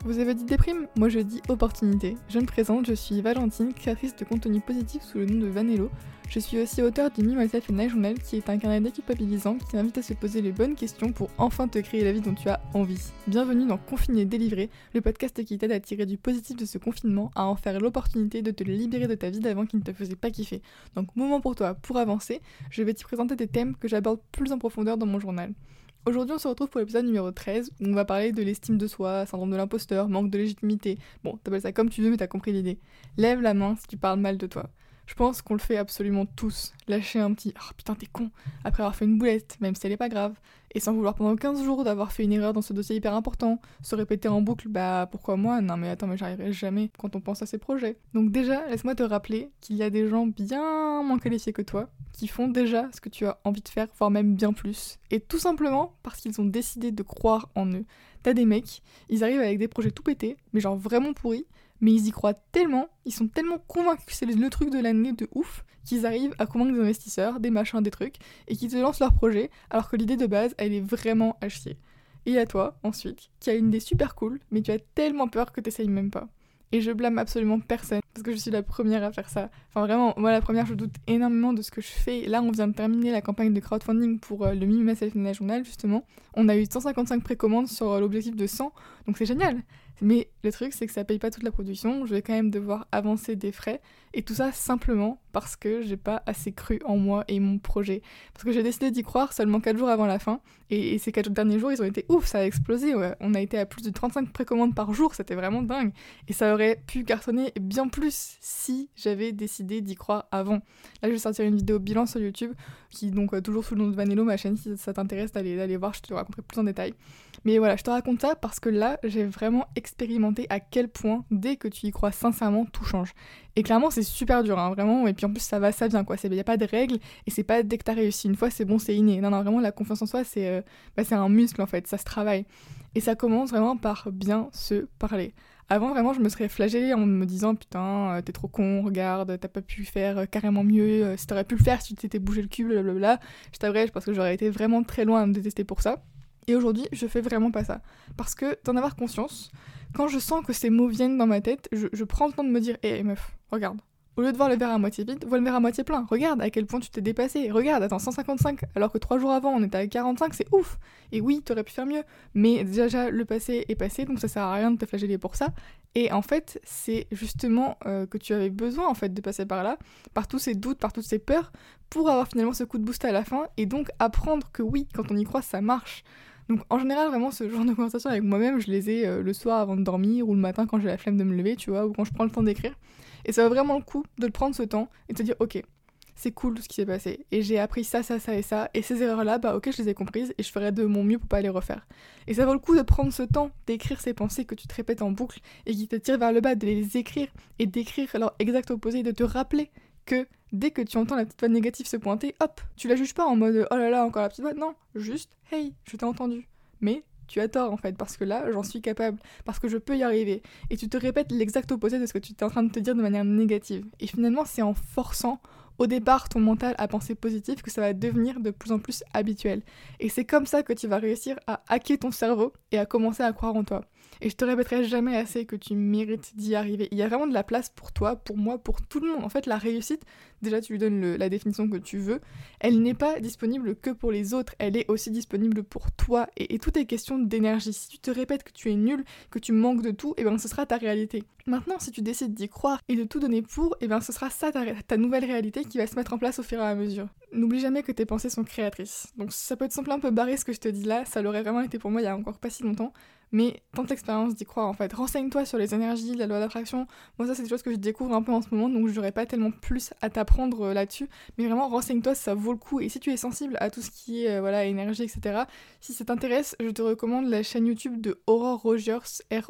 Vous avez dit déprime? Moi je dis opportunité. Je me présente, je suis Valentine, créatrice de contenu positif sous le nom de Vanello. Je suis aussi auteure du Me, Myself and I Journal qui est un carnet déculpabilisant qui t'invite à se poser les bonnes questions pour enfin te créer la vie dont tu as envie. Bienvenue dans Confiné Délivré, le podcast qui t'aide à tirer du positif de ce confinement, à en faire l'opportunité de te libérer de ta vie d'avant qui ne te faisait pas kiffer. Donc moment pour toi, pour avancer, je vais t'y présenter des thèmes que j'aborde plus en profondeur dans mon journal. Aujourd'hui on se retrouve pour l'épisode numéro 13 où on va parler de l'estime de soi, syndrome de l'imposteur, manque de légitimité. Bon, t'appelles ça comme tu veux mais t'as compris l'idée. Lève la main si tu parles mal de toi. Je pense qu'on le fait absolument tous. Lâcher un petit « Oh putain t'es con » après avoir fait une boulette, même si elle est pas grave, et sans vouloir pendant 15 jours d'avoir fait une erreur dans ce dossier hyper important, se répéter en boucle « Bah pourquoi moi? Non mais attends mais j'arriverai jamais » quand on pense à ses projets. Donc déjà, laisse-moi te rappeler qu'il y a des gens bien moins qualifiés que toi qui font déjà ce que tu as envie de faire, voire même bien plus. Et tout simplement parce qu'ils ont décidé de croire en eux. T'as des mecs, ils arrivent avec des projets tout pétés, mais genre vraiment pourris, mais ils y croient tellement, ils sont tellement convaincus que c'est le truc de l'année de ouf, qu'ils arrivent à convaincre des investisseurs, des machins, des trucs, et qu'ils te lancent leur projet, alors que l'idée de base, elle est vraiment à chier. Et à toi, ensuite, qui a une idée super cool, mais tu as tellement peur que t'essayes même pas. Et je blâme absolument personne, parce que je suis la première à faire ça. Enfin vraiment, moi la première, je doute énormément de ce que je fais. Là, on vient de terminer la campagne de crowdfunding pour le Me, Myself and I Journal, justement. On a eu 155 précommandes sur l'objectif de 100, donc c'est génial. Mais le truc, c'est que ça paye pas toute la production, je vais quand même devoir avancer des frais, et tout ça simplement parce que j'ai pas assez cru en moi et mon projet. Parce que j'ai décidé d'y croire seulement 4 jours avant la fin, et ces 4 derniers jours, ils ont été ouf, ça a explosé, ouais. On a été à plus de 35 précommandes par jour, c'était vraiment dingue. Et ça aurait pu cartonner bien plus si j'avais décidé d'y croire avant. Là, je vais sortir une vidéo bilan sur YouTube, qui donc toujours sous le nom de Vanello, ma chaîne, si ça t'intéresse d'aller voir, je te raconterai plus en détail. Mais voilà, je te raconte ça parce que là, j'ai vraiment expérimenté à quel point, dès que tu y crois sincèrement, tout change. Et clairement, c'est super dur, hein, vraiment, et puis en plus, ça va, ça vient, quoi. Il n'y a pas de règles, et c'est pas dès que t'as réussi une fois, c'est bon, c'est inné. Non, vraiment, la confiance en soi, c'est un muscle, en fait, ça se travaille. Et ça commence vraiment par bien se parler. Avant, vraiment, je me serais flagellée en me disant « Putain, t'es trop con, regarde, t'as pas pu faire carrément mieux, si t'aurais pu le faire, si tu t'étais bougé le cul, blablabla. » Je t'abrège parce que j'aurais été vraiment très loin à me détester pour ça. Et aujourd'hui, je fais vraiment pas ça. Parce que d'en avoir conscience, quand je sens que ces mots viennent dans ma tête, je prends le temps de me dire « Hé meuf, regarde. Au lieu de voir le verre à moitié vide, vois le verre à moitié plein. Regarde à quel point tu t'es dépassé. Regarde, attends, 155, alors que 3 jours avant, on était à 45, c'est ouf. Et oui, t'aurais pu faire mieux. Mais déjà, le passé est passé, donc ça sert à rien de te flageller pour ça. Et en fait, c'est justement que tu avais besoin en fait de passer par là, par tous ces doutes, par toutes ces peurs, pour avoir finalement ce coup de boost à la fin, et donc apprendre que oui, quand on y croit, ça marche. Donc en général, vraiment, ce genre de conversation avec moi-même, je les ai le soir avant de dormir, ou le matin quand j'ai la flemme de me lever, tu vois, ou quand je prends le temps d'écrire. Et ça vaut vraiment le coup de prendre ce temps et de te dire « Ok, c'est cool tout ce qui s'est passé, et j'ai appris ça, ça, ça et ça, et ces erreurs-là, bah ok, je les ai comprises, et je ferai de mon mieux pour pas les refaire. » Et ça vaut le coup de prendre ce temps d'écrire ces pensées que tu te répètes en boucle, et qui te tirent vers le bas, de les écrire, et d'écrire leur exact opposé, et de te rappeler que dès que tu entends la petite voix négative se pointer, hop, tu la juges pas en mode « Oh là là, encore la petite voix », non, juste « Hey, je t'ai entendu. » Mais tu as tort en fait, parce que là, j'en suis capable, parce que je peux y arriver. Et tu te répètes l'exact opposé de ce que tu étais en train de te dire de manière négative. Et finalement, c'est en forçant au départ ton mental à penser positif que ça va devenir de plus en plus habituel. Et c'est comme ça que tu vas réussir à hacker ton cerveau et à commencer à croire en toi. Et je te répéterai jamais assez que tu mérites d'y arriver. Il y a vraiment de la place pour toi, pour moi, pour tout le monde. En fait, la réussite, déjà tu lui donnes la définition que tu veux, elle n'est pas disponible que pour les autres, elle est aussi disponible pour toi. Et tout est question d'énergie. Si tu te répètes que tu es nul, que tu manques de tout, et ben ce sera ta réalité. Maintenant, si tu décides d'y croire et de tout donner pour, et ben ce sera ça ta nouvelle réalité qui va se mettre en place au fur et à mesure. N'oublie jamais que tes pensées sont créatrices. Donc ça peut te sembler un peu barré ce que je te dis là, ça l'aurait vraiment été pour moi il y a encore pas si longtemps, mais tente l'expérience d'y croire en fait. Renseigne-toi sur les énergies, la loi d'attraction. Moi ça c'est des choses que je découvre un peu en ce moment, donc j'aurais pas tellement plus à t'apprendre là-dessus, mais vraiment renseigne-toi, ça vaut le coup. Et si tu es sensible à tout ce qui est énergie, etc., si ça t'intéresse, je te recommande la chaîne YouTube de Aurore Rogers,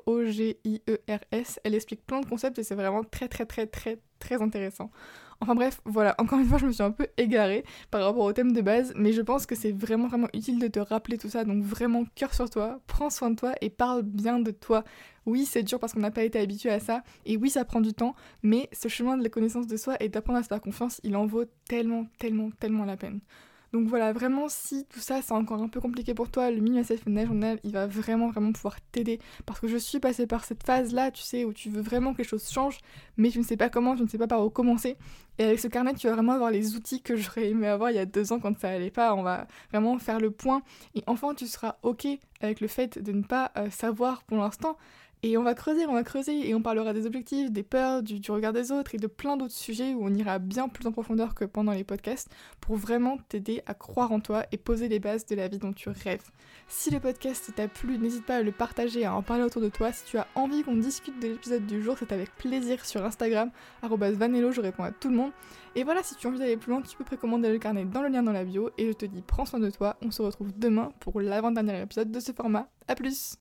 Rogiers. Elle explique plein de concepts et c'est vraiment très très très très très intéressant. Enfin bref, voilà, encore une fois je me suis un peu égarée par rapport au thème de base, mais je pense que c'est vraiment vraiment utile de te rappeler tout ça, donc vraiment cœur sur toi, prends soin de toi et parle bien de toi. Oui, c'est dur parce qu'on n'a pas été habitué à ça, et oui, ça prend du temps, mais ce chemin de la connaissance de soi et d'apprendre à se faire confiance, il en vaut tellement, tellement, tellement la peine. Donc voilà, vraiment, si tout ça c'est encore un peu compliqué pour toi, le Me, Myself and I Journal, il va vraiment pouvoir t'aider. Parce que je suis passée par cette phase-là, tu sais, où tu veux vraiment que les choses changent, mais tu ne sais pas comment, tu ne sais pas par où commencer. Et avec ce carnet, tu vas vraiment avoir les outils que j'aurais aimé avoir il y a 2 ans quand ça allait pas. On va vraiment faire le point. Et enfin, tu seras OK avec le fait de ne pas savoir pour l'instant. Et on va creuser, et on parlera des objectifs, des peurs, du regard des autres et de plein d'autres sujets où on ira bien plus en profondeur que pendant les podcasts pour vraiment t'aider à croire en toi et poser les bases de la vie dont tu rêves. Si le podcast t'a plu, n'hésite pas à le partager, à en parler autour de toi. Si tu as envie qu'on discute de l'épisode du jour, c'est avec plaisir sur Instagram, @vanello, je réponds à tout le monde. Et voilà, si tu as envie d'aller plus loin, tu peux précommander le carnet dans le lien dans la bio. Et je te dis, prends soin de toi, on se retrouve demain pour l'avant-dernier épisode de ce format. A plus!